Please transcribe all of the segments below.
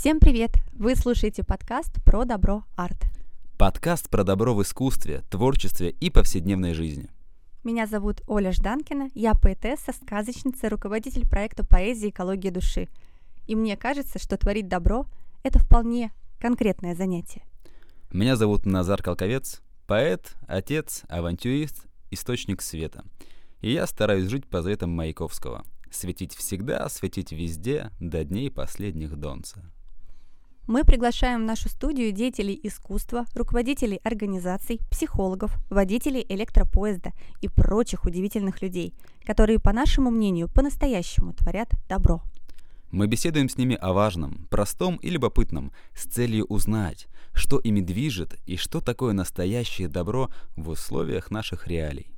Всем привет! Вы слушаете подкаст про добро арт. Подкаст про добро в искусстве, творчестве и повседневной жизни. Меня зовут Оля Жданкина, я поэтесса, сказочница, руководитель проекта «Поэзия. Экология души». И мне кажется, что творить добро – это вполне конкретное занятие. Меня зовут Назар Колковец, поэт, отец, авантюрист, источник света. И я стараюсь жить по заветам Маяковского. Светить всегда, светить везде, до дней последних донца. Мы приглашаем в нашу студию деятелей искусства, руководителей организаций, психологов, водителей электропоезда и прочих удивительных людей, которые, по нашему мнению, по-настоящему творят добро. Мы беседуем с ними о важном, простом и любопытном, с целью узнать, что ими движет и что такое настоящее добро в условиях наших реалий.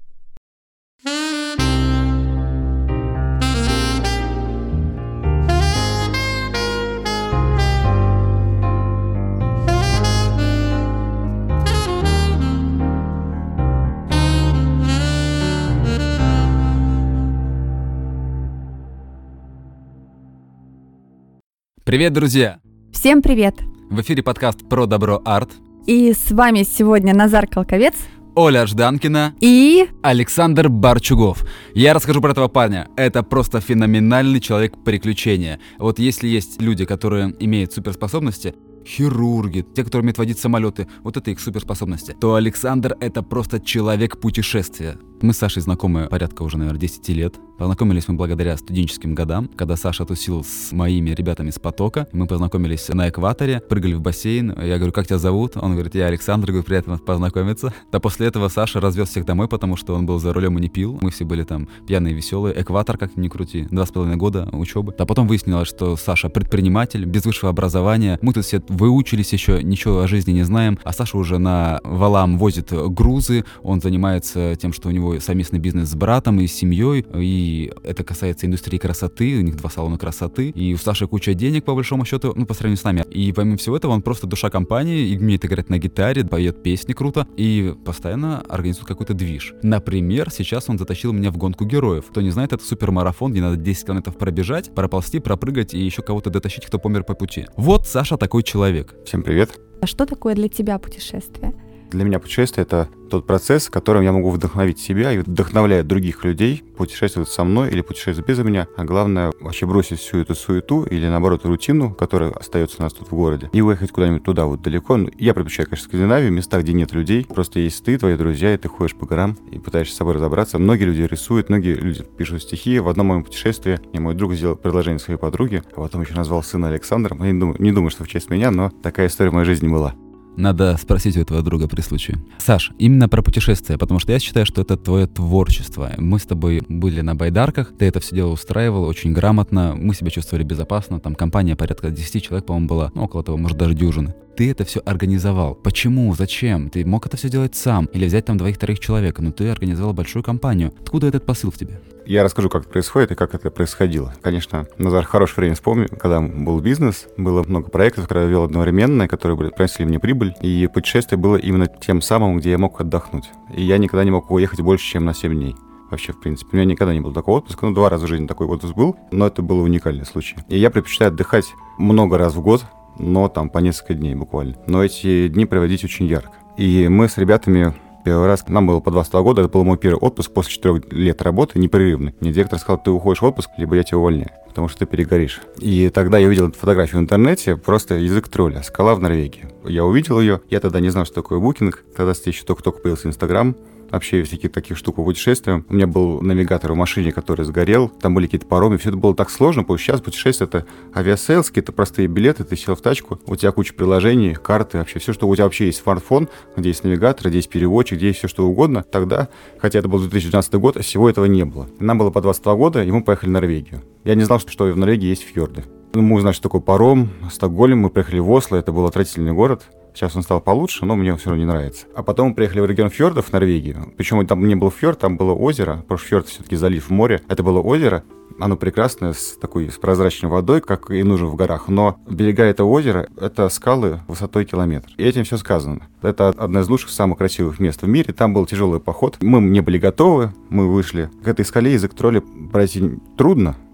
Привет, друзья! Всем привет! В эфире подкаст про добро арт. И с вами сегодня Назар Колковец, Оля Жданкина и Александр Барчугов. Я расскажу про этого парня. Это просто феноменальный человек приключения. Вот если есть люди, которые имеют суперспособности, хирурги, те, которые умеют водить самолеты, вот это их суперспособности, то Александр — это просто человек путешествия. Мы с Сашей знакомы порядка уже, наверное, 10 лет. Познакомились мы благодаря студенческим годам, когда Саша тусил с моими ребятами с потока. Мы познакомились на экваторе, прыгали в бассейн. Я говорю, как тебя зовут? Он говорит, я Александр. Говорю, приятно познакомиться. Да после этого Саша развез всех домой, потому что он был за рулем и не пил. Мы все были там пьяные, веселые. Экватор, как ни крути, 2,5 года учебы. А потом выяснилось, что Саша предприниматель, без высшего образования. Мы тут все выучились еще, ничего о жизни не знаем. А Саша уже на валам возит грузы. Он занимается тем, что у него совместный бизнес с братом и с семьей. И это касается индустрии красоты. У них 2 салона красоты. И у Саши куча денег, по большому счету, по сравнению с нами. И помимо всего этого, он просто душа компании. И умеет играть на гитаре, поет песни круто. И постоянно организует какой-то движ. Например, сейчас он затащил меня в гонку героев. Кто не знает, это супермарафон, где надо 10 километров пробежать, проползти, пропрыгать и еще кого-то дотащить, кто помер по пути. Вот Саша такой человек. Всем привет. А что такое для тебя путешествие? Для меня путешествие — это тот процесс, которым я могу вдохновить себя и вдохновляю других людей путешествовать со мной или путешествовать без меня. А главное, вообще бросить всю эту суету или, наоборот, рутину, которая остается у нас тут в городе, и уехать куда-нибудь туда вот далеко. Я предпочитаю, конечно, Скандинавию, места, где нет людей. Просто есть ты, твои друзья, и ты ходишь по горам и пытаешься с собой разобраться. Многие люди рисуют, многие люди пишут стихи. В одном моем путешествии мне мой друг сделал предложение своей подруге, а потом еще назвал сына Александром. Я не думаю, что в честь меня, но такая история в моей жизни была. Надо спросить у этого друга при случае. Саш, именно про путешествия, потому что я считаю, что это твое творчество. Мы с тобой были на байдарках, ты это все дело устраивал очень грамотно, мы себя чувствовали безопасно, там компания порядка 10 человек, по-моему, была, около того, может, даже дюжины. Ты это все организовал. Почему? Зачем? Ты мог это все делать сам или взять там 2-3 человека, но ты организовал большую компанию. Откуда этот посыл в тебе? Я расскажу, как это происходит и как это происходило. Конечно, Назар хорошее время вспомнил, когда был бизнес, было много проектов, которые я вел одновременно, которые приносили мне прибыль, и путешествие было именно тем самым, где я мог отдохнуть. И я никогда не мог уехать больше, чем на 7 дней. Вообще, в принципе, у меня никогда не было такого отпуска. 2 раза в жизни такой отпуск был, но это был уникальный случай. И я предпочитаю отдыхать много раз в год, но там по несколько дней буквально. Но эти дни проводить очень ярко. И мы с ребятами первый раз, нам было по 22 года, это был мой первый отпуск после 4 лет работы, непрерывный. Мне директор сказал, ты уходишь в отпуск, либо я тебя увольняю, потому что ты перегоришь. И тогда я увидел эту фотографию в интернете, просто язык тролля, скала в Норвегии. Я увидел ее, я тогда не знал, что такое букинг, тогда еще только появился Инстаграм. Вообще всяких таких штук по путешествиям. У меня был навигатор в машине, который сгорел. Там были какие-то паромы. Все это было так сложно. Потому что сейчас путешествие — это авиасейлс, какие-то простые билеты. Ты сел в тачку, у тебя куча приложений, карты, вообще все, что у тебя вообще есть смартфон, где есть навигатор, где есть переводчик, где есть все, что угодно. Тогда, хотя это был 2012 год, всего этого не было. Нам было по 22 года, и мы поехали в Норвегию. Я не знал, что в Норвегии есть фьорды. Мы узнали, что такое паром, Стокгольм. Мы приехали в Осло. Это был отвратительный город. Сейчас он стал получше, но мне все равно не нравится. А потом мы приехали в регион фьордов в Норвегию. Причем там не был фьорд, там было озеро. Потому что фьорд все-таки залив в море. Это было озеро. Оно прекрасное, с прозрачной водой, как и нужно в горах. Но берега этого озера — это скалы высотой километр. И этим все сказано. Это одно из лучших, самых красивых мест в мире. Там был тяжелый поход. Мы не были готовы. Мы вышли. К этой скале язык тролля пройти трудно.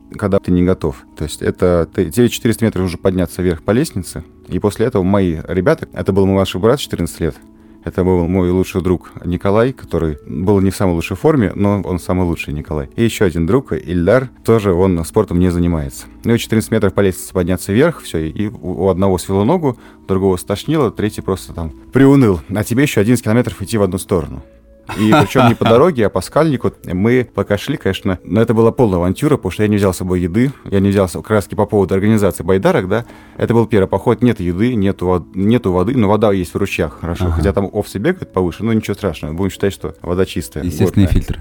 когда ты не готов. То есть это тебе 400 метров уже подняться вверх по лестнице, и после этого мои ребята, это был мой младший брат, 14 лет, это был мой лучший друг Николай, который был не в самой лучшей форме, но он самый лучший Николай. И еще один друг, Ильдар, тоже он спортом не занимается. Ну и 14 метров по лестнице подняться вверх, все, и у одного свело ногу, другого стошнило, третий просто там приуныл. А тебе еще 11 километров идти в одну сторону. И причем не по дороге, а по скальнику. Мы пока шли, конечно, но это была полная авантюра, потому что я не взял с собой еды. Я не взял как раз по поводу организации байдарок, да. Это был первый поход, нет еды, нету воды, но вода есть в ручьях, хорошо. Хотя там овцы бегают повыше, но ничего страшного. Будем считать, что вода чистая. Естественные фильтры.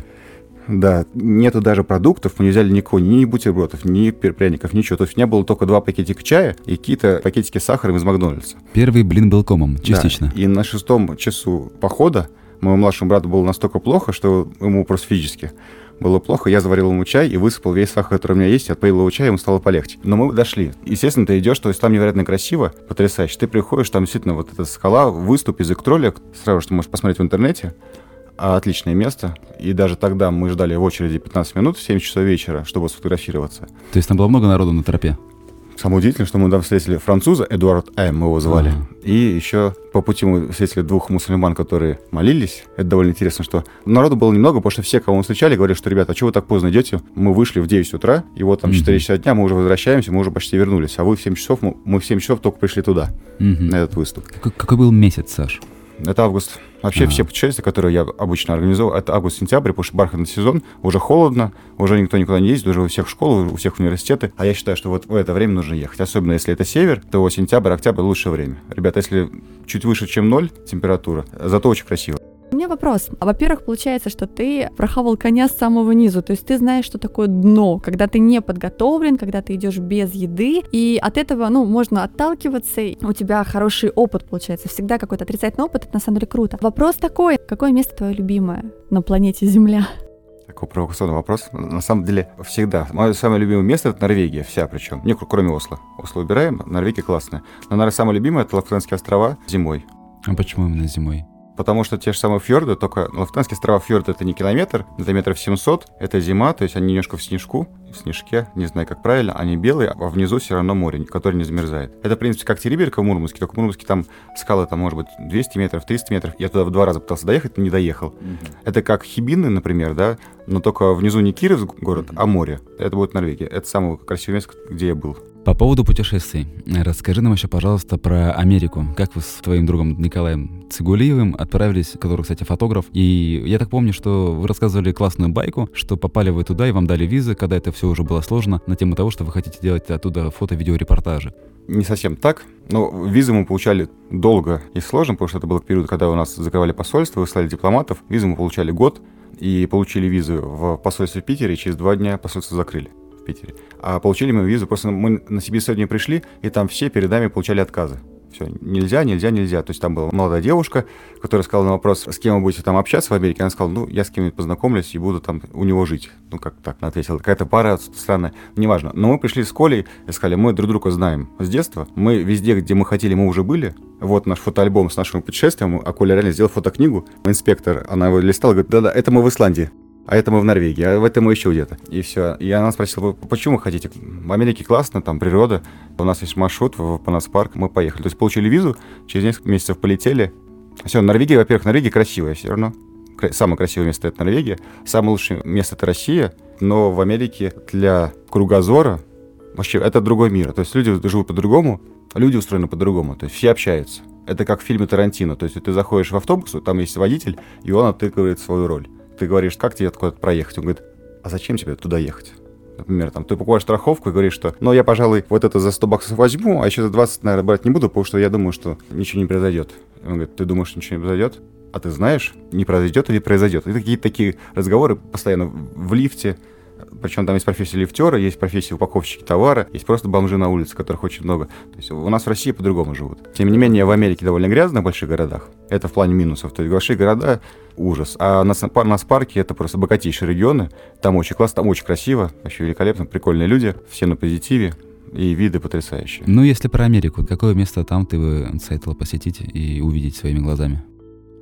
Да, нету даже продуктов, мы не взяли никакого, ни бутербродов, ни пряников, ничего. То есть у меня было только 2 пакетика чая и какие-то пакетики с сахаром из Макдональдса. Первый блин был комом, частично. Да. И на 6-м часу похода моему младшему брату было настолько плохо, что ему просто физически было плохо. Я заварил ему чай и высыпал весь сахар, который у меня есть, отпоил его чай, ему стало полегче. Но мы дошли. Естественно, ты идешь, то есть там невероятно красиво, потрясающе. Ты приходишь, там действительно вот эта скала, выступ, язык тролля, сразу что можешь посмотреть в интернете. Отличное место. И даже тогда мы ждали в очереди 15 минут в 7 часов вечера, чтобы сфотографироваться. То есть там было много народу на тропе? Самое удивительное, что мы там встретили француза, Эдуард М. мы его звали. И еще по пути мы встретили 2 мусульман, которые молились. Это довольно интересно, что народу было немного, потому что все, кого мы встречали, говорили, что, ребята, а чего вы так поздно идете? Мы вышли в 9 утра, и вот там 4 часа дня, мы уже возвращаемся, мы уже почти вернулись. А вы в 7 часов, мы в 7 часов только пришли туда, на этот выступ. Какой был месяц, Саш? Это август. Вообще все путешествия, которые я обычно организовываю, это август-сентябрь, потому что бархатный сезон, уже холодно, уже никто никуда не ездит, уже у всех школы, у всех университеты. А я считаю, что вот в это время нужно ехать. Особенно если это север, то сентябрь, октябрь лучшее время. Ребята, если чуть выше, чем 0 температура, зато очень красиво. У меня вопрос. Во-первых, получается, что ты прохавал коня с самого низу, то есть ты знаешь, что такое дно, когда ты не подготовлен, когда ты идешь без еды, и от этого, можно отталкиваться, у тебя хороший опыт получается, всегда какой-то отрицательный опыт, это на самом деле круто. Вопрос такой, какое место твое любимое на планете Земля? Такой провокационный вопрос. На самом деле, всегда. Мое самое любимое место — это Норвегия, вся причем. Не, кроме Осло. Осло убираем, Норвегия классная. Но, наверное, самое любимое — это Лафтенские острова зимой. А почему именно зимой? Потому что те же самые фьорды, только Лафтенские острова фьорды — это не километр, это метров 700, это зима, то есть они немножко в снежке, не знаю, как правильно, они белые, а внизу все равно море, которое не замерзает. Это, в принципе, как Териберка в Мурманске, только в Мурманске там скалы, там, может быть, 200 метров, 300 метров. Я туда в 2 раза пытался доехать, но не доехал. Это как Хибины, например, да, но только внизу не Кировск город, а море. Это будет Норвегия. Это самое красивое место, где я был. По поводу путешествий, расскажи нам еще, пожалуйста, про Америку. Как вы с твоим другом Николаем Цигулиевым отправились, который, кстати, фотограф, и я так помню, что вы рассказывали классную байку, что попали вы туда и вам дали визы, когда это все уже было сложно, на тему того, что вы хотите делать оттуда фото-видеорепортажи. Не совсем так, но визы мы получали долго и сложно, потому что это был период, когда у нас закрывали посольство, выслали дипломатов, визы мы получали год, и получили визы в посольстве в Питере, и через 2 дня посольство закрыли. Питере. А получили мы визу, просто мы на собеседование пришли, и там все перед нами получали отказы. Все, нельзя. То есть там была молодая девушка, которая сказала на вопрос, с кем вы будете там общаться в Америке, она сказала, я с кем-нибудь познакомлюсь и буду там у него жить. Как так, она ответила, какая-то пара странная, неважно. Но мы пришли с Колей и сказали, мы друг друга знаем с детства, мы везде, где мы хотели, мы уже были. Вот наш фотоальбом с нашим путешествием, а Коля реально сделал фотокнигу. Инспектор, она его листала, говорит, да-да, это мы в Исландии. А это мы в Норвегии, а в этом мы еще где-то. И все. И она спросила, почему вы хотите? В Америке классно, там природа, у нас есть маршрут в Панас-парк, мы поехали. То есть получили визу, через несколько месяцев полетели. Все, Норвегия, во-первых, Норвегия красивая все равно. Самое красивое место — это Норвегия. Самое лучшее место — это Россия. Но в Америке для кругозора вообще это другой мир. То есть люди живут по-другому, люди устроены по-другому. То есть все общаются. Это как в фильме Тарантино. То есть ты заходишь в автобус, там есть водитель, и он отыгрывает свою роль. Ты говоришь, как тебе куда-то проехать? Он говорит, а зачем тебе туда ехать? Например, ты покупаешь страховку и говоришь, что, я, пожалуй, вот это за $100 возьму, а еще за 20, наверное, брать не буду, потому что я думаю, что ничего не произойдет. Он говорит, ты думаешь, ничего не произойдет? А ты знаешь, не произойдет или произойдет? И какие-то такие разговоры постоянно в лифте. Причем там есть профессия лифтера, есть профессия упаковщики товара, есть просто бомжи на улице, которых очень много. То есть у нас в России по-другому живут. Тем не менее, в Америке довольно грязно в больших городах. Это в плане минусов. То есть большие города — ужас. А на Спарке — это просто богатейшие регионы. Там очень классно, там очень красиво, вообще великолепно, прикольные люди, все на позитиве. И виды потрясающие. Если про Америку, какое место там ты бы советовал посетить и увидеть своими глазами?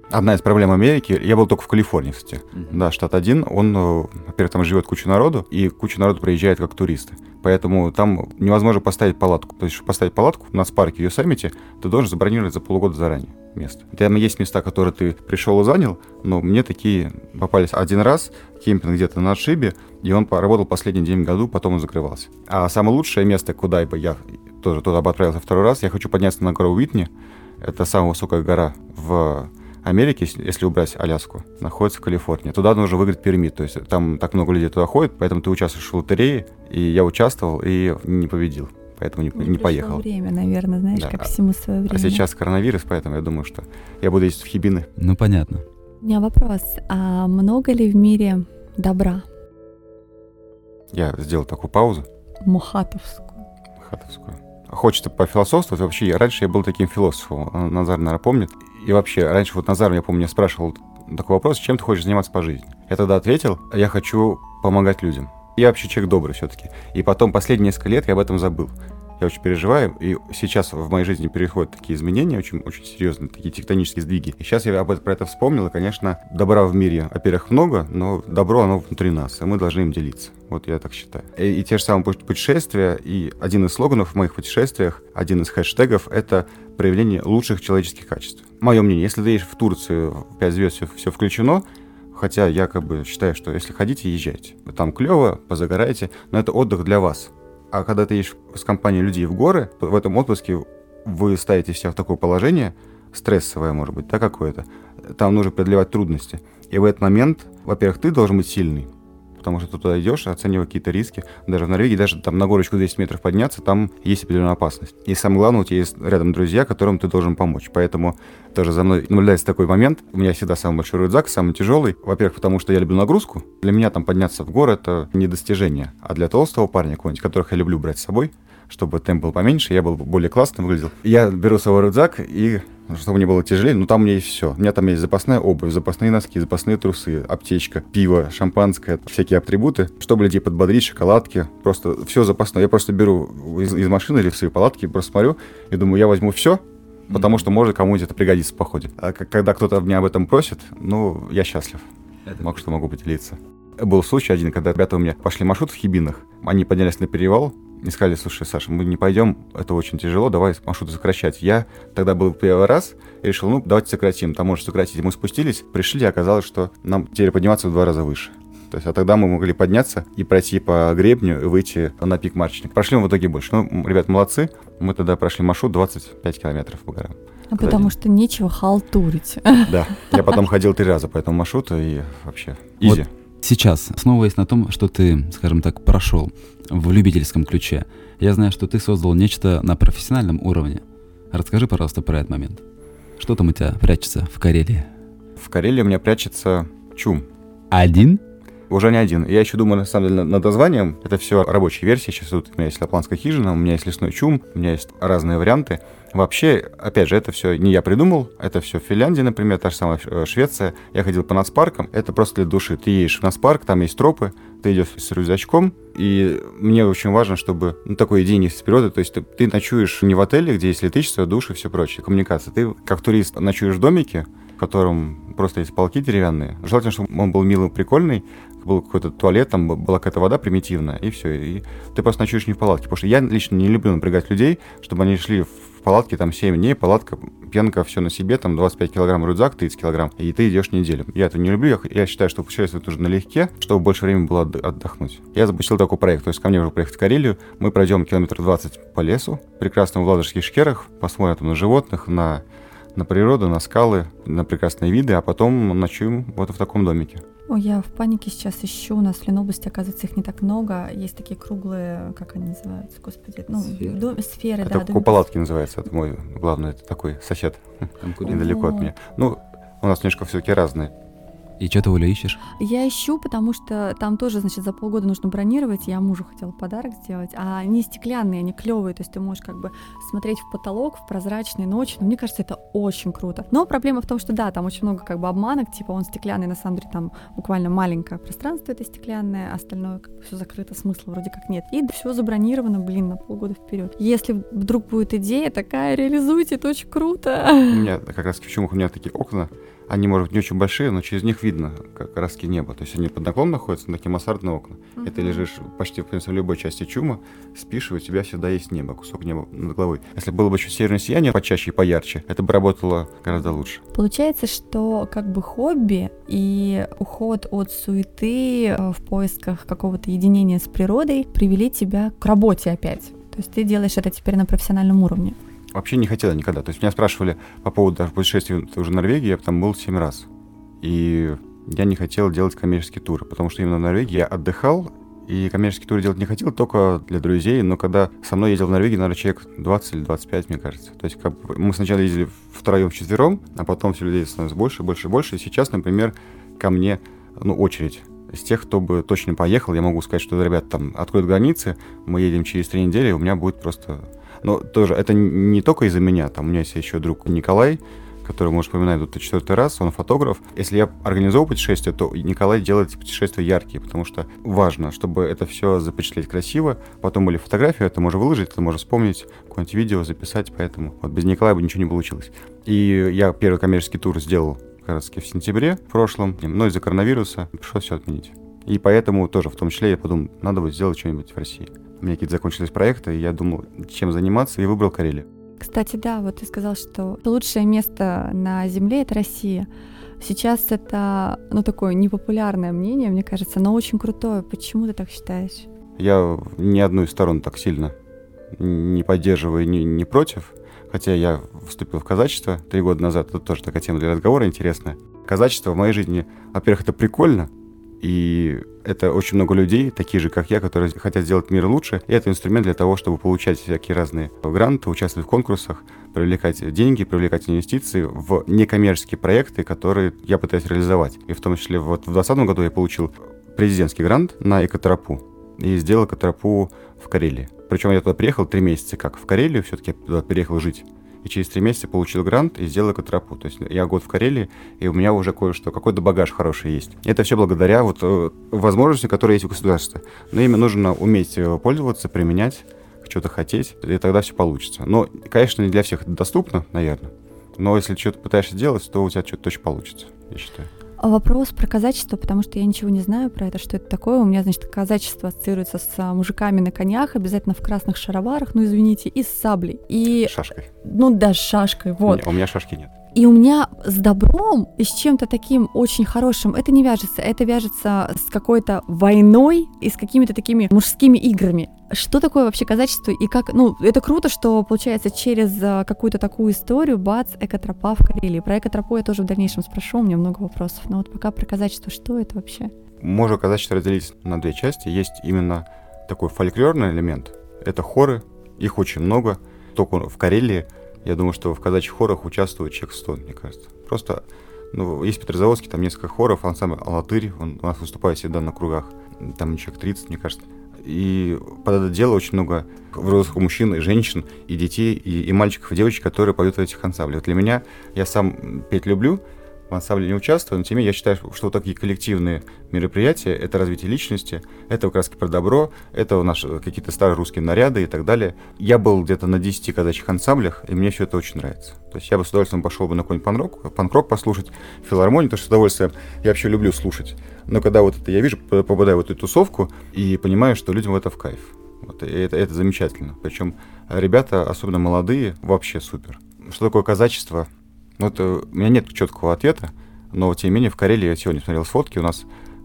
Одна из проблем Америки, я был только в Калифорнии, кстати. Да, штат один, он, во-первых, там живет куча народу, и куча народу приезжает как туристы. Поэтому там невозможно поставить палатку. То есть, чтобы поставить палатку на Спарке в Йосемите, ты должен забронировать за полгода заранее место. Там есть места, которые ты пришел и занял, но мне такие попались один раз, кемпинг где-то на отшибе, и он поработал последний день в году, потом он закрывался. А самое лучшее место, куда бы я тоже туда бы отправился второй раз, я хочу подняться на гору Уитни. Это самая высокая гора в Америки, если убрать Аляску, находится в Калифорнии. Туда нужно выиграть пермит, то есть там так много людей туда ходит, поэтому ты участвуешь в лотерее, и я участвовал и не победил, поэтому не поехал. Время, наверное, знаешь, да. Как всему свое время. А сейчас коронавирус, поэтому я думаю, что я буду ездить в Хибины. Ну, понятно. У меня вопрос, а много ли в мире добра? Я сделал такую паузу. Мухатовскую. Хочется пофилософствовать. Вообще, раньше я был таким философом, Назар, наверное, помнит. И вообще, раньше вот Назар, я помню, меня спрашивал такой вопрос, чем ты хочешь заниматься по жизни? Я тогда ответил, я хочу помогать людям. Я вообще человек добрый все-таки. И потом последние несколько лет я об этом забыл. Я очень переживаю, и сейчас в моей жизни переходят такие изменения, очень, очень серьезные, такие тектонические сдвиги. И сейчас я про это вспомнил, и, конечно, добра в мире, во-первых, много, но добро, оно внутри нас, и мы должны им делиться. Вот я так считаю. И те же самые путешествия, и один из слоганов в моих путешествиях, один из хэштегов — это проявление лучших человеческих качеств. Мое мнение, если ты едешь в Турцию, 5 звезд, все включено, хотя я считаю, что если хотите, езжайте. Там клево, позагорайте, но это отдых для вас. А когда ты едешь с компанией людей в горы, то в этом отпуске вы ставите себя в такое положение, стрессовое, может быть, да, какое-то. Там нужно преодолевать трудности. И в этот момент, во-первых, ты должен быть сильный, потому что ты туда идешь, оценивая какие-то риски. Даже в Норвегии, даже там на горочку 200 метров подняться, там есть определенная опасность. И самое главное, у тебя есть рядом друзья, которым ты должен помочь. Поэтому тоже за мной наблюдается такой момент. У меня всегда самый большой рюкзак, самый тяжелый. Во-первых, потому что я люблю нагрузку. Для меня там подняться в горы — это не достижение. А для толстого парня какого-нибудь, которых я люблю брать с собой, чтобы темп был поменьше, я был более классным выглядел. Я беру свой рюкзак и... чтобы мне было тяжелее, но там у меня есть все. У меня там есть запасная обувь, запасные носки, запасные трусы, аптечка, пиво, шампанское, всякие атрибуты, чтобы людей подбодрить, шоколадки, просто все запасное. Я просто беру из машины или в свои палатки, просто смотрю и думаю, я возьму все, потому что может кому-нибудь это пригодится в походе. А когда кто-то меня об этом просит, ну, я счастлив. Могу поделиться. Был случай один, когда ребята у меня пошли маршрут в Хибинах, они поднялись на перевал, и сказали, слушай, Саша, мы не пойдем, это очень тяжело, давай маршрут сокращать. Я тогда был первый раз и решил, ну, давайте сократим, там можно сократить. Мы спустились, пришли, и оказалось, что нам теперь подниматься в 2 раза выше. То есть, а тогда мы могли подняться и пройти по гребню и выйти на пик Марчник. Прошли мы в итоге больше. Ну, ребят, молодцы, мы тогда прошли маршрут 25 километров по горам. Потому что нечего халтурить. Да, я потом ходил 3 раза по этому маршруту и вообще изи. Вот сейчас, основываясь на том, что ты, скажем так, прошел в любительском ключе, я знаю, что ты создал нечто на профессиональном уровне. Расскажи, пожалуйста, про этот момент. Что там у тебя прячется в Карелии? В Карелии у меня прячется чум. Один? Уже не один. Я еще думаю, на самом деле, над названием. Это все рабочие версии. Сейчас тут у меня есть лапландская хижина, у меня есть лесной чум, у меня есть разные варианты. Вообще, опять же, это все не я придумал, это все в Финляндии, например, та же самая Швеция. Я ходил по нацпаркам, это просто для души. Ты едешь в нацпарк, там есть тропы, ты идешь с рюкзачком, и мне очень важно, чтобы, такой единение с природой, то есть ты ночуешь не в отеле, где есть электричество, душ и все прочее, коммуникация. Ты, как турист, ночуешь в домике, в котором просто есть полки деревянные. Желательно, чтобы он был милый, прикольный, был какой-то туалет, там была какая-то вода примитивная, и все. И ты просто ночуешь не в палатке. Потому что я лично не люблю напрягать людей, чтобы они шли в палатке там 7 дней, палатка, пенка, все на себе, там 25 килограмм рюкзак, 30 килограмм, и ты идешь неделю. Я это не люблю, я считаю, что путешествовать нужно налегке, чтобы больше времени было отдохнуть. Я запустил такой проект, то есть ко мне уже приехать в Карелию, мы пройдем километр 20 по лесу, прекрасно в Ладожских шкерах, посмотрим там на животных, на природу, на скалы, на прекрасные виды, а потом ночуем вот в таком домике. Ой, я в панике сейчас ищу. У нас в Ленобласти, оказывается, их не так много. Есть такие круглые, как они называются, господи, сферы, это да. Палатки называется, это мой главный, это такой сосед, недалеко от меня. У нас немножко все-таки разные. И что ты, Оля, ищешь? Я ищу, потому что там тоже, значит, за полгода нужно бронировать. Я мужу хотела подарок сделать. А они стеклянные, они клевые. То есть ты можешь как бы смотреть в потолок в прозрачной ночи. Но мне кажется, это очень круто. Но проблема в том, что да, там очень много как бы обманок. Типа он стеклянный, на самом деле там буквально маленькое пространство это стеклянное, остальное как бы все закрыто, смысла вроде как нет. И все забронировано, на полгода вперед. Если вдруг будет идея такая, реализуйте, это очень круто. У меня как раз в Чумах у меня такие окна они, может быть, не очень большие, но через них видно как краски неба. То есть они под наклоном находятся, на такие мансардные окна. И ты лежишь почти, в принципе, в любой части ЧУМа, спишь, и у тебя всегда есть небо, кусок неба над головой. Если было бы еще северное сияние почаще и поярче, это бы работало гораздо лучше. Получается, что как бы хобби и уход от суеты в поисках какого-то единения с природой привели тебя к работе опять. То есть ты делаешь это теперь на профессиональном уровне. Вообще не хотела никогда. То есть меня спрашивали по поводу даже путешествий уже в Норвегии, я там был 7 раз. И я не хотел делать коммерческие туры, потому что именно в Норвегии я отдыхал, и коммерческие туры делать не хотел, только для друзей. Но когда со мной ездил в Норвегию, наверное, человек 20 или 25, мне кажется. То есть как бы мы сначала ездили втроем, вчетвером, а потом все людей становится больше, больше, больше. И сейчас, например, ко мне очередь из тех, кто бы точно поехал. Я могу сказать, что, ребят, там откроют границы, мы едем через 3 недели, у меня будет просто... Но тоже это не только из-за меня. Там у меня есть еще друг Николай, который, может, вспоминать тут 4-й раз, он фотограф. Если я организовываю путешествие, то Николай делает эти путешествия яркие, потому что важно, чтобы это все запечатлеть красиво. Потом были фотографии, это можно выложить, это можно вспомнить, какое-нибудь видео записать, поэтому вот без Николая бы ничего не получилось. И я первый коммерческий тур сделал как раз в сентябре прошлом, но из-за коронавируса пришлось все отменить. И поэтому тоже, в том числе, я подумал, надо будет сделать что-нибудь в России. У меня какие-то закончились проекты, и я думал, чем заниматься, и выбрал Карелию. Кстати, да, вот ты сказал, что лучшее место на Земле — это Россия. Сейчас это, такое непопулярное мнение, мне кажется, но очень крутое. Почему ты так считаешь? Я ни одну из сторон так сильно не поддерживаю, не против. Хотя я вступил в казачество 3 года назад. Это тоже такая тема для разговора интересная. Казачество в моей жизни, во-первых, это прикольно. И это очень много людей, такие же, как я, которые хотят сделать мир лучше. И это инструмент для того, чтобы получать всякие разные гранты, участвовать в конкурсах, привлекать деньги, привлекать инвестиции в некоммерческие проекты, которые я пытаюсь реализовать. И в том числе вот в 2020 году я получил президентский грант на экотропу. И сделал экотропу в Карелии. Причем я туда приехал 3 месяца как в Карелию, все-таки я туда переехал жить. И через 3 месяца получил грант и сделал экотропу. То есть я год в Карелии, и у меня уже кое-что, какой-то багаж хороший есть. И это все благодаря возможностям, которые есть у государства. Но ими нужно уметь пользоваться, применять, что-то хотеть, и тогда все получится. Но, конечно, не для всех это доступно, наверное. Но если что-то пытаешься делать, то у тебя что-то точно получится, я считаю. Вопрос про казачество, потому что я ничего не знаю про это, что это такое. У меня, значит, казачество ассоциируется с мужиками на конях, обязательно в красных шароварах, извините, и с саблей. И... Шашкой. Да, с шашкой, вот. У меня шашки нет. И у меня с добром и с чем-то таким очень хорошим это не вяжется. Это вяжется с какой-то войной и с какими-то такими мужскими играми. Что такое вообще казачество и как... это круто, что, получается, через какую-то такую историю, бац, экотропа в Карелии. Про экотропу я тоже в дальнейшем спрошу, у меня много вопросов. Но вот пока про казачество, что это вообще? Можно казачество разделить на 2 части. Есть именно такой фольклорный элемент. Это хоры, их очень много. Только в Карелии, я думаю, что в казачьих хорах участвует человек 100, мне кажется. Просто, есть в Петрозаводске, там несколько хоров, ансамбль «Алатырь», он у нас выступает всегда на кругах. Там человек 30, мне кажется. И под это дело очень много взрослых мужчин и женщин, и детей, и мальчиков, и девочек, которые поют в этих ансамблях. Для меня, я сам петь люблю, в ансамбле не участвую, но тем не менее я считаю, что вот такие коллективные мероприятия — это развитие личности, это как раз про добро, это наши какие-то старые русские наряды и так далее. Я был где-то на 10 казачьих ансамблях, и мне все это очень нравится. То есть я бы с удовольствием пошел бы на какой-нибудь панк-рок послушать, филармонию, потому что с удовольствием я вообще люблю слушать. Но когда вот это я вижу, попадаю в эту тусовку и понимаю, что людям это в кайф. Вот, и это замечательно. Причем ребята, особенно молодые, вообще супер. Что такое казачество? У меня нет четкого ответа, но тем не менее в Карелии, я сегодня смотрел фотки, у нас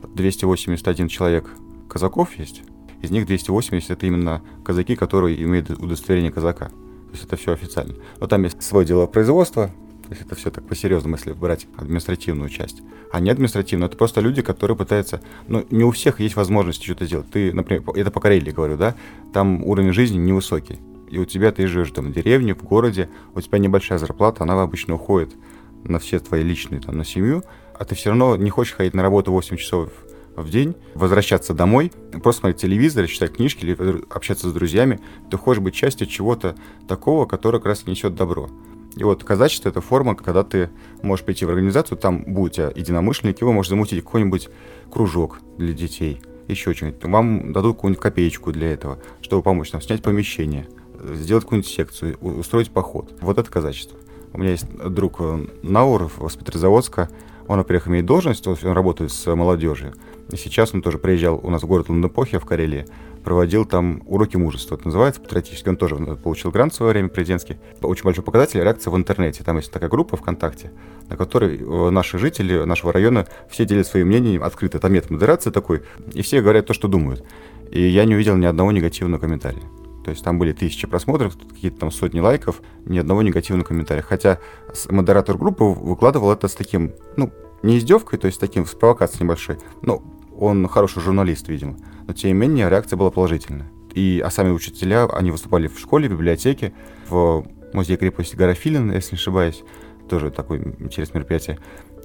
281 человек казаков есть, из них 280 это именно казаки, которые имеют удостоверение казака, то есть это все официально. Но там есть свое дело производства, то есть это все так по-серьезному, если брать административную часть. А не административную, это просто люди, которые пытаются, не у всех есть возможность что-то сделать. Ты, например, это по Карелии говорю, да, там уровень жизни невысокий. И у тебя ты живешь там в деревне, в городе, у тебя небольшая зарплата, она обычно уходит на все твои личные, на семью, а ты все равно не хочешь ходить на работу 8 часов в день, возвращаться домой, просто смотреть телевизор, читать книжки или общаться с друзьями. Ты хочешь быть частью чего-то такого, которое как раз несет добро. И вот казачество — это форма, когда ты можешь прийти в организацию, там будут у тебя единомышленники, вы можете замутить какой-нибудь кружок для детей, еще что-нибудь. Вам дадут какую-нибудь копеечку для этого, чтобы помочь нам снять помещение, сделать какую-нибудь секцию, устроить поход. Вот это казачество. У меня есть друг Науров с Петрозаводска. Он, во-первых, имеет должность, он работает с молодежью. И сейчас он тоже приезжал у нас в город Ландопохья в Карелии, проводил там уроки мужества, это называется, патриотически. Он тоже получил грант в свое время президентский. Очень большой показатель — реакция в интернете. Там есть такая группа ВКонтакте, на которой наши жители нашего района все делят своим мнением открыто. Там нет модерации такой, и все говорят то, что думают. И я не увидел ни одного негативного комментария. То есть там были 1000 просмотров, какие-то там сотни лайков, ни одного негативного комментария. Хотя модератор группы выкладывал это с таким, не издевкой, то есть таким, с провокацией небольшой. Он хороший журналист, видимо. Но тем не менее реакция была положительная. А сами учителя, они выступали в школе, в библиотеке, в музее крепости Гарофилин, если не ошибаюсь. Тоже такое интересное мероприятие.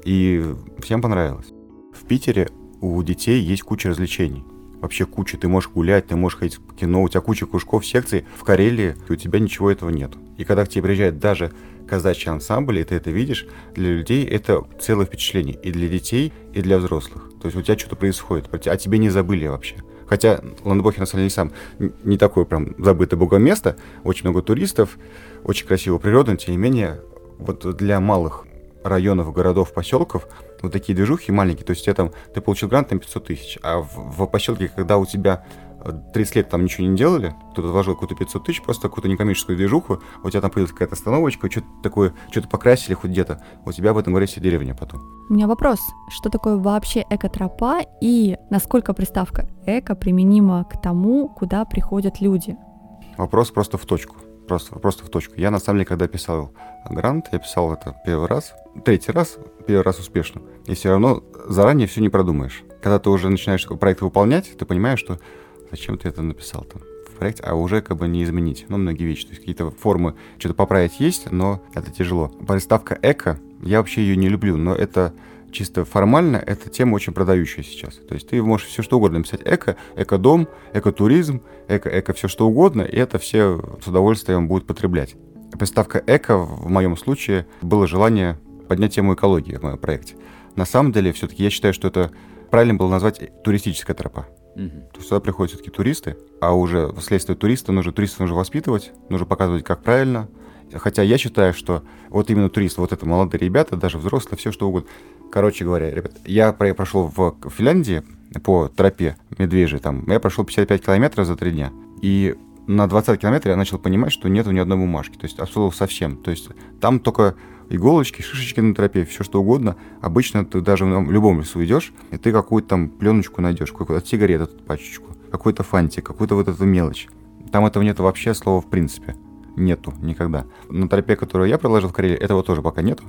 И всем понравилось. В Питере у детей есть куча развлечений. Вообще куча. Ты можешь гулять, ты можешь ходить в кино, у тебя куча кружков, секций. В Карелии у тебя ничего этого нет. И когда к тебе приезжает даже казачий ансамбль, и ты это видишь, для людей это целое впечатление. И для детей, и для взрослых. То есть у тебя что-то происходит, а тебе не забыли вообще. Хотя Ландопохья, на самом деле, не такое прям забытое богом место. Очень много туристов, очень красивая природа, но тем не менее, вот для малых районов, городов, поселков вот такие движухи маленькие, то есть ты получил грант на 500 тысяч, а в поселке, когда у тебя 30 лет там ничего не делали, кто-то вложил какую-то 500 тысяч, просто какую-то некоммерческую движуху, у тебя там появилась какая-то остановочка, что-то такое, что-то покрасили хоть где-то, у тебя в этом горе вся деревня потом. У меня вопрос, что такое вообще экотропа и насколько приставка «эко» применима к тому, куда приходят люди? Вопрос просто в точку. Просто в точку. Я, на самом деле, когда писал грант, я писал это третий раз успешно. И все равно заранее все не продумаешь. Когда ты уже начинаешь такой проект выполнять, ты понимаешь, что зачем ты это написал там в проекте, а уже как бы не изменить. Многие вещи. То есть какие-то формы что-то поправить есть, но это тяжело. Приставка «эко», я вообще ее не люблю, но это чисто формально, эта тема очень продающая сейчас. То есть ты можешь все что угодно написать: эко, экодом, экотуризм, эко все что угодно, и это все с удовольствием будут потреблять. Приставка «эко» в моем случае было желание поднять тему экологии в моем проекте. На самом деле, все-таки я считаю, что это правильно было назвать туристическая тропа. То есть сюда приходят все-таки туристы, а уже вследствие туристов нужно воспитывать, нужно показывать, как правильно. Хотя я считаю, что вот именно туристы, вот это молодые ребята, даже взрослые, все что угодно. Короче говоря, ребят, я прошел в Финляндии по тропе медвежьей, я прошел 55 километров за 3 дня. И на 20 километре я начал понимать, что нету ни одной бумажки, то есть абсолютно совсем. То есть там только иголочки, шишечки на тропе, все что угодно. Обычно ты даже в любом лесу идешь, и ты какую-то там пленочку найдешь, какую-то сигарету, пачечку, какой-то фантик, какую-то вот эту мелочь. Там этого нету вообще слова в принципе. Нету никогда. На тропе, которую я проложил в Карелии, этого тоже пока нету.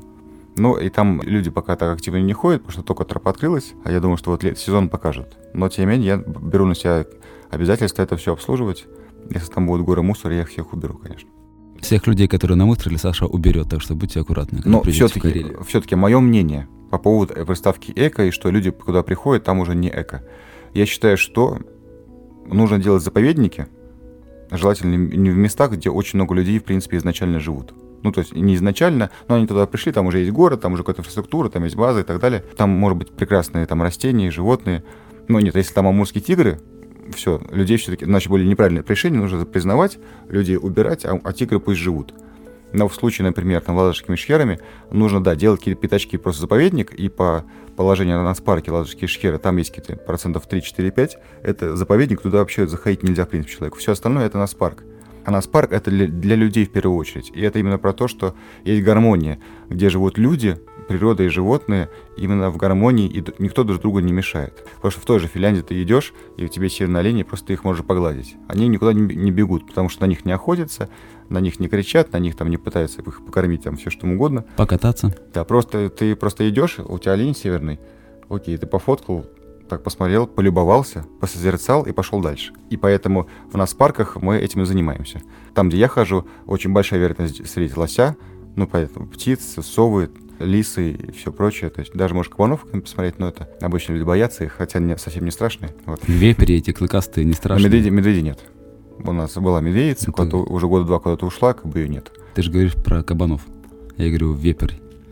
И там люди пока так активно не ходят, потому что только тропа открылась, а я думаю, что вот сезон покажет. Но тем не менее, я беру на себя обязательство это все обслуживать. Если там будут горы мусора, я их всех уберу, конечно. Всех людей, которые намусорили, Саша уберет, так что будьте аккуратны. Но все-таки мое мнение по поводу приставки «эко» и что люди, куда приходят, там уже не «эко». Я считаю, что нужно делать заповедники, желательно не в местах, где очень много людей, в принципе, изначально живут. То есть не изначально, но они туда пришли, там уже есть город, там уже какая-то инфраструктура, там есть база и так далее. Там, может быть, прекрасные там растения, животные. Но нет, если там амурские тигры, все, людей все-таки, значит, были неправильные решения, нужно признавать, людей убирать, а тигры пусть живут. Но в случае, например, там Ладожскими шхерами, нужно, делать какие-то пятачки, просто заповедник, и по положению на нацпарке Ладожские шхеры, там есть какие-то 3-4-5%, это заповедник, туда вообще заходить нельзя, в принципе, человеку. Все остальное — это нацпарк. А нацпарк — это для людей в первую очередь. И это именно про то, что есть гармония, где живут люди, природа и животные именно в гармонии, и никто друг другу не мешает. Потому что в той же Финляндии ты идешь, и у тебя северные олени, просто ты их можешь погладить. Они никуда не бегут, потому что на них не охотятся, на них не кричат, на них там не пытаются их покормить, там все что угодно. Покататься. Да, ты просто идешь, у тебя олень северный, окей, ты пофоткал, так посмотрел, полюбовался, посозерцал и пошел дальше. И поэтому в нацпарках мы этим и занимаемся. Там, где я хожу, очень большая вероятность встретить лося, поэтому птиц, совы, лисы и все прочее. То есть даже, может, кабанов посмотреть, но это обычно люди боятся их, хотя они совсем не страшные. Вот. Вепри эти клыкастые не страшные. Медведи нет. У нас была медведица, уже года 2 куда-то ушла, как бы ее нет. Ты же говоришь про кабанов. Я говорю вепрь.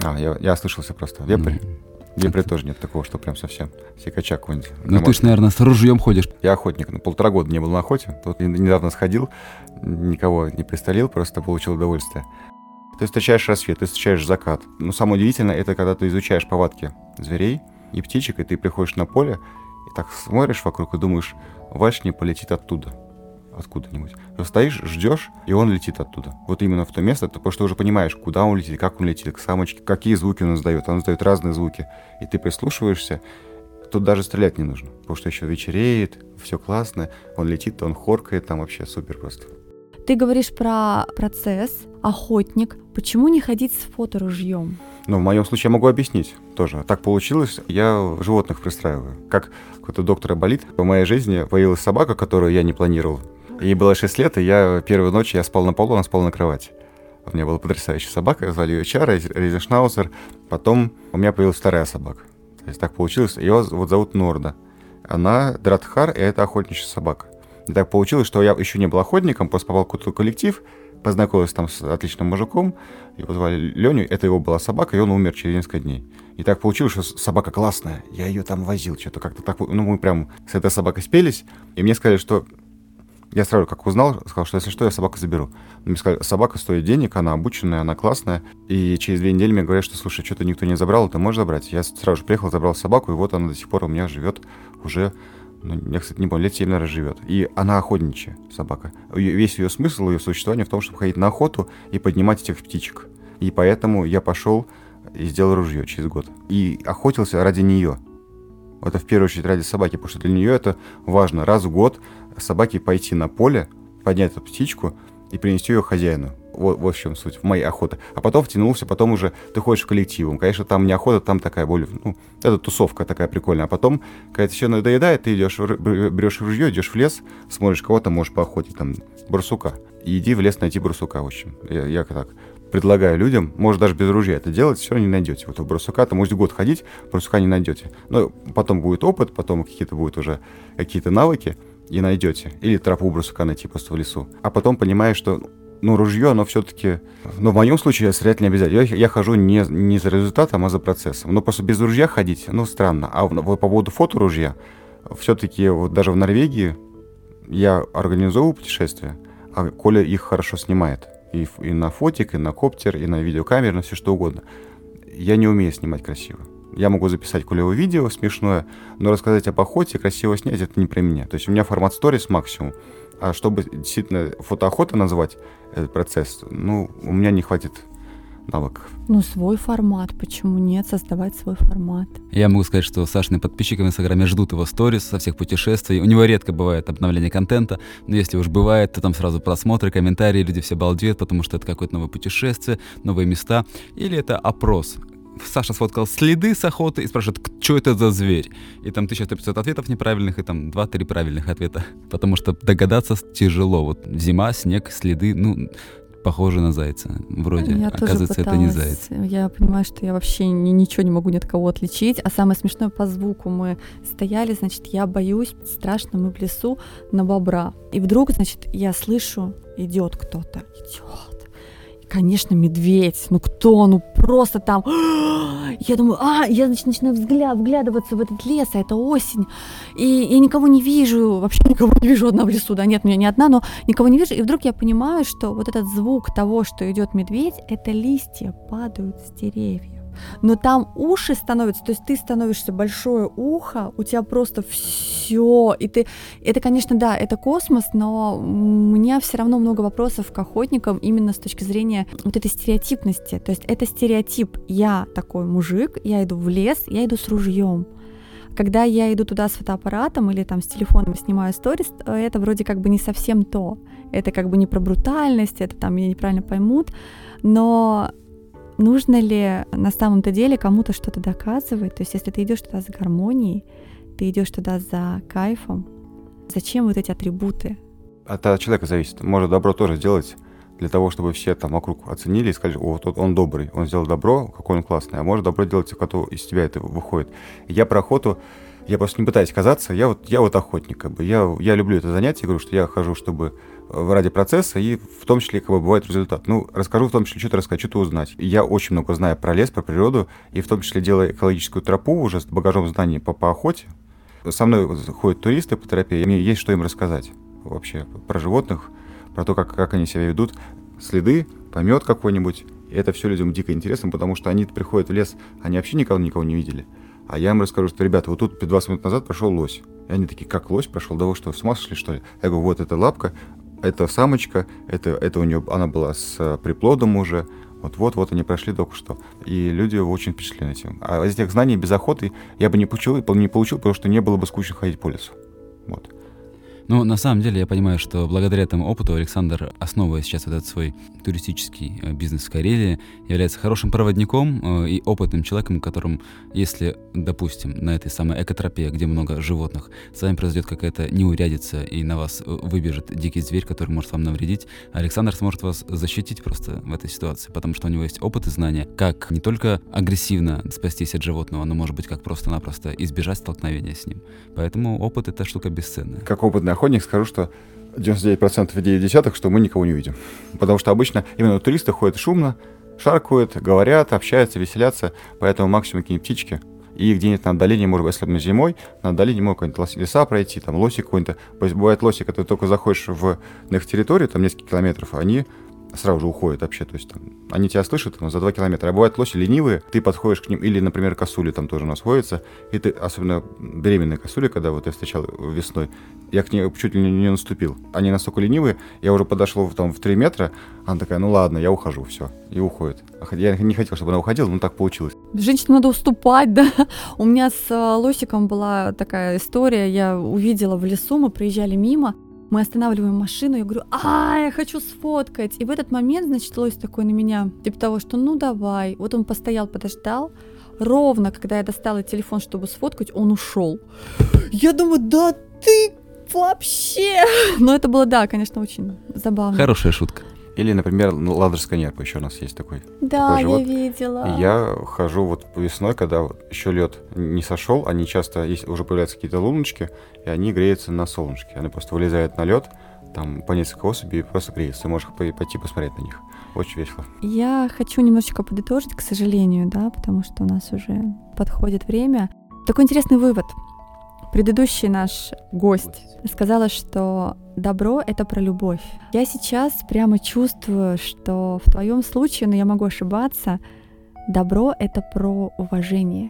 Я ослышался просто. Вепрь. Вепря тоже нет такого, что прям совсем сикача какой-нибудь. Ты ж, наверное, с ружьем ходишь. Я охотник, 1,5 года не был на охоте. Тут недавно сходил, никого не пристрелил, просто получил удовольствие. Ты встречаешь рассвет, ты встречаешь закат. Но самое удивительное, это когда ты изучаешь повадки зверей и птичек, и ты приходишь на поле, и так смотришь вокруг и думаешь, вальшний полетит оттуда, откуда-нибудь. Ты стоишь, ждешь, и он летит оттуда. Вот именно в то место, потому что ты уже понимаешь, куда он летит, как он летит, к самочке, какие звуки он издает. Он издает разные звуки. И ты прислушиваешься, тут даже стрелять не нужно, потому что еще вечереет, все классно, он летит, он хоркает, там вообще супер просто. Ты говоришь про процесс, охотник. Почему не ходить с фоторужьем? Ну, в моем случае я могу объяснить тоже. Так получилось, я животных пристраиваю. Как какой-то доктор Айболит, в моей жизни появилась собака, которую я не планировал. Ей было 6 лет, и первую ночь я спал на полу, она спала на кровати. У меня была потрясающая собака, звали ее Чара, Рейзеншнауцер. Потом у меня появилась вторая собака. То есть так получилось. Ее вот зовут Норда. Она Дратхар, и это охотничья собака. И так получилось, что я еще не был охотником, просто попал в какой-то коллектив, познакомился там с отличным мужиком, его звали Леню, это его была собака, и он умер через несколько дней. И так получилось, что собака классная, я ее там возил, что-то как-то так, ну мы прям с этой собакой спелись, и мне сказали, что... Я сразу как узнал, сказал, что если что, я собаку заберу. Мне сказали, собака стоит денег, она обученная, она классная, и через 2 недели мне говорят, что, слушай, что-то никто не забрал, ты можешь забрать? Я сразу же приехал, забрал собаку, и вот она до сих пор у меня живет уже... Ну, я, кстати, не помню, лет 7, наверное, живет. И она охотничья собака. Весь ее смысл, ее существование в том, чтобы ходить на охоту и поднимать этих птичек. И поэтому я пошел и сделал ружье через год. И охотился ради нее. Это в первую очередь ради собаки, потому что для нее это важно. Раз в год собаке пойти на поле, поднять эту птичку и принести ее хозяину. Вот в чем суть, в моей охоте. А потом втянулся, потом уже ты ходишь в коллективом. Конечно, там не охота, там такая более, это тусовка такая прикольная. А потом, когда все надоедает, ты идешь, берешь ружье, идешь в лес, смотришь, кого-то можешь поохотить, там, барсука. И иди в лес найти барсука, в общем. Я так предлагаю людям, может даже без ружья это делать, все равно не найдете. Вот у барсука, там можете год ходить, барсука не найдете. Но потом будет опыт, потом какие-то будут уже какие-то навыки, и найдете. Или тропу барсука найти просто в лесу. А потом понимаешь, что ружье, оно все-таки... в моем случае стрелять не обязательно. Я хожу не за результатом, а за процессом. Но просто без ружья ходить, странно. А по поводу фоторужья, все-таки вот даже в Норвегии я организовываю путешествия, а Коля их хорошо снимает. И на фотик, и на коптер, и на видеокамеру, на все что угодно. Я не умею снимать красиво. Я могу записать Колево видео смешное, но рассказать об охоте, красиво снять, это не про меня. То есть у меня формат сторис максимум. А чтобы действительно фотоохота назвать этот процесс, у меня не хватит навыков. Свой формат, почему нет, создавать свой формат? Я могу сказать, что Сашины подписчики в Инстаграме ждут его сторис со всех путешествий. У него редко бывает обновление контента, но если уж бывает, то там сразу просмотры, комментарии, люди все балдеют, потому что это какое-то новое путешествие, новые места. Или это опрос. Саша сфоткал следы с охоты и спрашивает, что это за зверь? И там 1500 ответов неправильных, и там 2-3 правильных ответа. Потому что догадаться тяжело. Вот зима, снег, следы, похоже на зайца. Вроде, я оказывается, это не заяц. Я понимаю, что я вообще ничего не могу ни от кого отличить. А самое смешное, по звуку мы стояли, значит, я боюсь, страшно, мы в лесу на бобра. И вдруг, значит, я слышу, идет кто-то, идет. Конечно, медведь. Кто? Просто там. Я думаю, я, значит, начинаю вглядываться в этот лес, а это осень. И я никого не вижу, вообще никого не вижу одна в лесу. Да нет, меня не одна, но никого не вижу. И вдруг я понимаю, что вот этот звук того, что идет медведь, это листья падают с деревьев. Но там уши становятся, то есть ты становишься большое ухо, у тебя просто все, и ты, это, конечно, да, это космос, но у меня все равно много вопросов к охотникам именно с точки зрения вот этой стереотипности, то есть это стереотип, я такой мужик, я иду в лес, я иду с ружьем. Когда я иду туда с фотоаппаратом или там с телефоном и снимаю сторис, это вроде как бы не совсем то, это как бы не про брутальность, это там меня неправильно поймут, но нужно ли на самом-то деле кому-то что-то доказывать? То есть если ты идешь туда за гармонией, ты идешь туда за кайфом, зачем вот эти атрибуты? От человека зависит. Может добро тоже сделать для того, чтобы все там вокруг оценили и сказали, вот он добрый, он сделал добро, какой он классный. А может добро делать, у из тебя это выходит. Я про охоту, я просто не пытаюсь казаться, я вот охотник, как бы. Я люблю это занятие, говорю, что я хожу, чтобы ради процесса, и в том числе, как бы, бывает результат. Расскажу в том числе, что-то рассказать, что-то узнать. И я очень много знаю про лес, про природу, и в том числе делаю экологическую тропу уже с багажом знаний по охоте. Со мной ходят туристы по тропе, и мне есть что им рассказать вообще про животных, про то, как они себя ведут. Следы, помет какой-нибудь, И это все людям дико интересно, потому что они приходят в лес, они вообще никого не видели. А я им расскажу, что, ребята, вот тут 20 минут назад прошел лось. И они такие, как лось прошел? Да вы что, с ума сошли, что ли? Я говорю, вот эта лапка, это самочка, это у нее, она была с приплодом уже. Вот они прошли только что. И люди очень впечатлены этим. А из этих знаний без охоты я бы не получил, потому что не было бы скучно ходить по лесу. Вот. Ну, на самом деле, я понимаю, что благодаря этому опыту Александр, основывая сейчас вот этот свой туристический бизнес в Карелии, является хорошим проводником и опытным человеком, которым, если, допустим, на этой самой экотропе, где много животных, с вами произойдет какая-то неурядица, и на вас выбежит дикий зверь, который может вам навредить, Александр сможет вас защитить просто в этой ситуации, потому что у него есть опыт и знания, как не только агрессивно спастись от животного, но, может быть, как просто-напросто избежать столкновения с ним. Поэтому опыт — это штука бесценная. Как опытный охотник скажу, что 99% идей десятых, что мы никого не увидим. Потому что обычно именно туристы ходят шумно, шаркают, говорят, общаются, веселятся, поэтому максимум какие-нибудь птички. И где-нибудь на отдалении, может быть, если мы зимой, на отдалении можно какой-нибудь леса пройти, там лосик какой-нибудь. То есть бывает лосик, когда ты только заходишь на их территорию, там несколько километров, они сразу же уходят вообще, то есть там, они тебя слышат за 2 километра, а бывают лоси ленивые, ты подходишь к ним, или, например, косули там тоже у нас водятся, и ты, особенно беременные косули, когда вот я встречал весной, я к ней чуть ли не наступил, они настолько ленивые, я уже подошел там в 3 метра, она такая, ну ладно, я ухожу, все, и уходит. Я не хотел, чтобы она уходила, но так получилось. Женщинам надо уступать, да. У меня с лосиком была такая история, я увидела в лесу, мы проезжали мимо, мы останавливаем машину, я говорю, я хочу сфоткать. И в этот момент, значит, лось такой на меня, типа того, что ну давай. Вот он постоял, подождал. Ровно, когда я достала телефон, чтобы сфоткать, он ушел. Я думаю, да ты вообще. Но это было, да, конечно, очень забавно. Хорошая шутка. Или, например, ладожская нерпа, еще у нас есть такой. Да, такой я видела. И я хожу вот весной, когда вот еще лед не сошел, они часто, есть, уже появляются какие-то луночки, и они греются на солнышке. Они просто вылезают на лед, там по несколько особей, и просто греются. Ты можешь пойти посмотреть на них. Очень весело. Я хочу немножечко подытожить, к сожалению, да, потому что у нас уже подходит время. Такой интересный вывод. Предыдущий наш гость сказала, что добро — это про любовь. Я сейчас прямо чувствую, что в твоем случае, но я могу ошибаться, добро — это про уважение.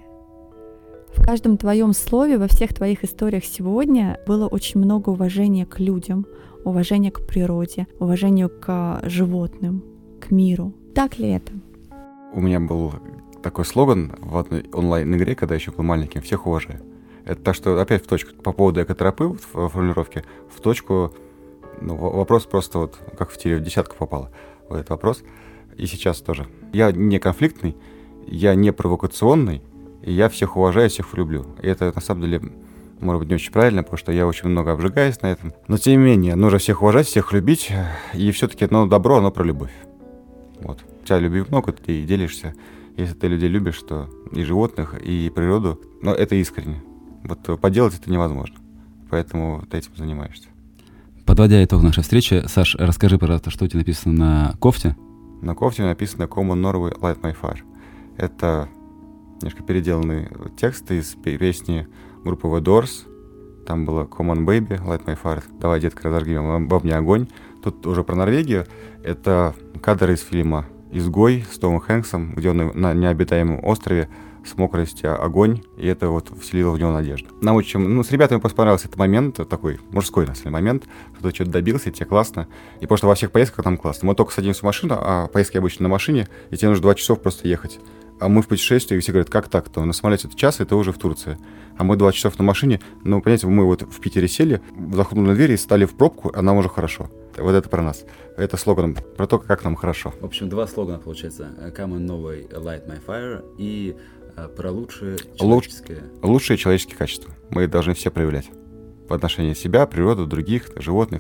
В каждом твоем слове, во всех твоих историях сегодня было очень много уважения к людям, уважения к природе, уважения к животным, к миру. Так ли это? У меня был такой слоган в одной онлайн-игре, когда я еще был маленьким: всех уважаю. Это так, что опять в точку по поводу экотропы в формулировке, в точку, ну, вопрос просто вот как в теле в десятку попало, вот этот вопрос. И сейчас тоже. Я не конфликтный, я не провокационный, и я всех уважаю, всех люблю. И это на самом деле, может быть, не очень правильно, потому что я очень много обжигаюсь на этом. Но тем не менее, нужно всех уважать, всех любить, и все-таки добро, оно про любовь. Вот. У тебя любви много, ты делишься. Если ты людей любишь, то и животных, и природу, но это искренне. Вот поделать это невозможно. Поэтому ты этим занимаешься. Подводя итог нашей встречи, Саш, расскажи, пожалуйста, что у тебя написано на кофте? На кофте написано Common Norway Light My Fire. Это немножко переделанный текст из песни группы The Doors. Там было Common Baby, Light My Fire. Давай, детка, разожгем во мне огонь. Тут уже про Норвегию. Это кадр из фильма «Изгой» с Томом Хэнксом, где он на необитаемом острове смог развести огонь, и это вот вселило в него надежду. Нам очень, с ребятами просто понравился этот момент, такой мужской, на самом деле, момент, что ты что-то добился, и тебе классно. И потому что во всех поездках там классно. Мы только садимся в машину, а поездки обычно на машине, и тебе нужно 2 часа просто ехать. А мы в путешествии, и все говорят, как так-то? На самолете это час, и ты уже в Турции. А мы 2 часа на машине, понимаете, мы вот в Питере сели, захлопнули двери и стали в пробку, а нам уже хорошо. Вот это про нас. Это слоган про то, как нам хорошо. В общем, 2 слогана получается. Common Norway Light My Fire и про лучшее человеческое. Лучшие человеческие качества. Мы их должны все проявлять. В отношении себя, природы, других, животных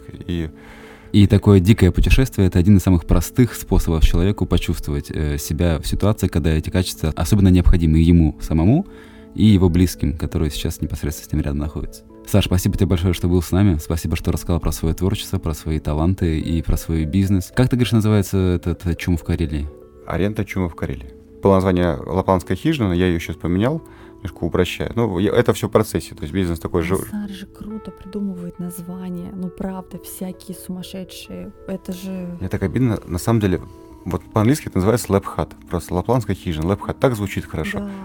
И такое дикое путешествие — это один из самых простых способов человеку почувствовать себя в ситуации, когда эти качества особенно необходимы ему самому и его близким, которые сейчас непосредственно с ним рядом находятся. Саш, спасибо тебе большое, что был с нами. Спасибо, что рассказал про свое творчество, про свои таланты и про свой бизнес. Как ты говоришь, называется этот чум в Карелии? Аренда чума в Карелии. Было название «Лапландская хижина», я ее сейчас поменял, немножко упрощаю. Это все в процессе, то есть бизнес такой же. Сара же круто придумывает названия, правда, всякие сумасшедшие. Это же... Мне так обидно, на самом деле, Вот по-английски это называется lab hut, просто лапландская хижина, lab hut, так звучит хорошо. Да.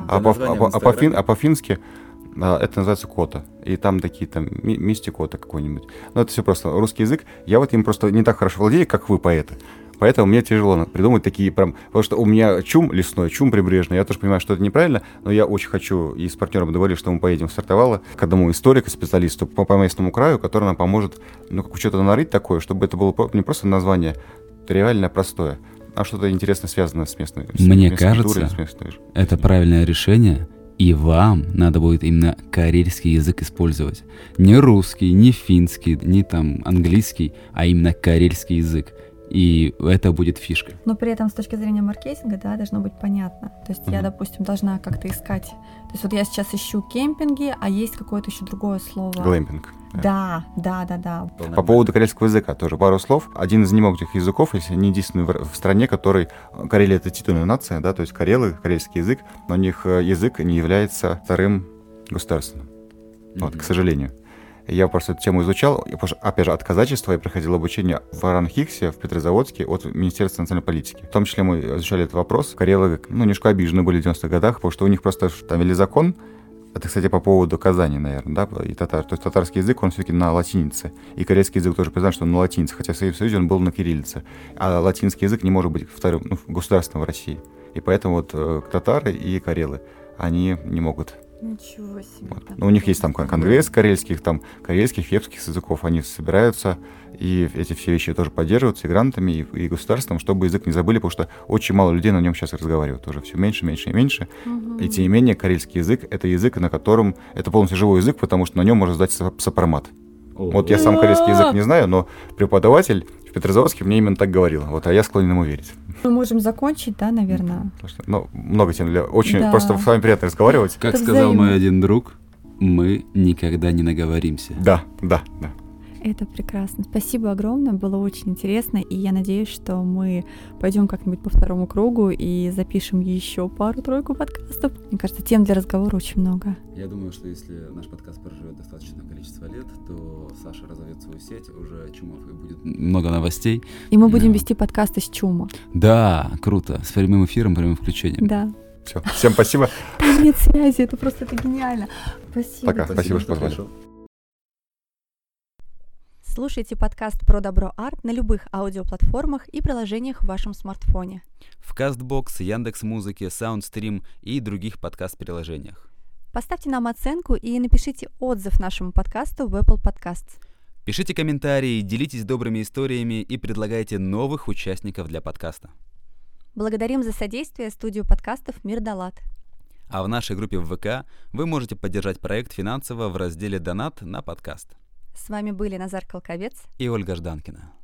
А по-фински это называется кота, и там такие там мистикота какой-нибудь. Но это все просто русский язык. Я вот им просто не так хорошо владею, как вы, поэты. Поэтому мне тяжело придумать такие прям... Потому что у меня чум лесной, чум прибрежный. Я тоже понимаю, что это неправильно, но я очень хочу, и с партнером договорились, что мы поедем в Сартовало к одному историку, специалисту по местному краю, который нам поможет, как что-то нарыть такое, чтобы это было не просто название реально простое, а что-то интересно связанное с местной Мне местной кажется, культурой, это правильное решение, и вам надо будет именно карельский язык использовать. Не русский, не финский, не там английский, а именно карельский язык. И это будет фишкой. Но при этом с точки зрения маркетинга, да, должно быть понятно. То есть я, допустим, должна как-то искать. То есть вот я сейчас ищу кемпинги, а есть какое-то еще другое слово. Глэмпинг. Да. По поводу карельского языка тоже пару слов. Один из немногих языков, если не единственный в стране, который... Карелия — это титульная нация, да, то есть карелы, карельский язык, но у них язык не является вторым государственным. Вот, к сожалению. Я просто эту тему изучал, опять же, от казачества я проходил обучение в Аранхиксе, в Петрозаводске, от Министерства национальной политики. В том числе мы изучали этот вопрос. Карелы, немножко обижены были в 90-х годах, потому что у них просто там ввели закон. Это, кстати, по поводу Казани, наверное, да, и татар. То есть татарский язык, он все-таки на латинице. И карельский язык тоже признан, что он на латинице, хотя в Советском Союзе он был на кириллице. А латинский язык не может быть вторым, государственным в России. И поэтому вот татары и карелы, они не могут... Ничего себе. Вот. У них есть там конгресс карельских, там карельских, вепских языков, они собираются, и эти все вещи тоже поддерживаются и грантами, и государством, чтобы язык не забыли, потому что очень мало людей на нем сейчас разговаривают, уже все меньше и меньше. И тем не менее, карельский язык — это язык, на котором, это полностью живой язык, потому что на нем можно сдать сопромат. Вот я сам карельский язык не знаю, но преподаватель в Петрозаводске мне именно так говорил, вот, а я склонен ему верить. Мы можем закончить, да, наверное? Много тем очень просто с вами приятно разговаривать. Как сказал мой один друг, мы никогда не наговоримся. Да. Это прекрасно. Спасибо огромное, было очень интересно, и я надеюсь, что мы пойдем как-нибудь по второму кругу и запишем еще пару-тройку подкастов. Мне кажется, тем для разговора очень много. Я думаю, что если наш подкаст проживет достаточное количество лет, то Саша разовьет свою сеть, уже чумов, и будет много новостей. И мы будем вести подкасты с чума. Да, круто, с прямым эфиром, прямым включением. Да. Все, всем спасибо. Там нет связи, это просто гениально. Спасибо. Пока, спасибо, что позвали. Слушайте подкаст «Про добро арт» на любых аудиоплатформах и приложениях в вашем смартфоне. В Castbox, Яндекс.Музыке, Soundstream и других подкаст-приложениях. Поставьте нам оценку и напишите отзыв нашему подкасту в Apple Podcasts. Пишите комментарии, делитесь добрыми историями и предлагайте новых участников для подкаста. Благодарим за содействие студию подкастов «Мир Далат». А в нашей группе в ВК вы можете поддержать проект финансово в разделе «Донат» на подкаст. С вами были Назар Колковец и Ольга Жданкина.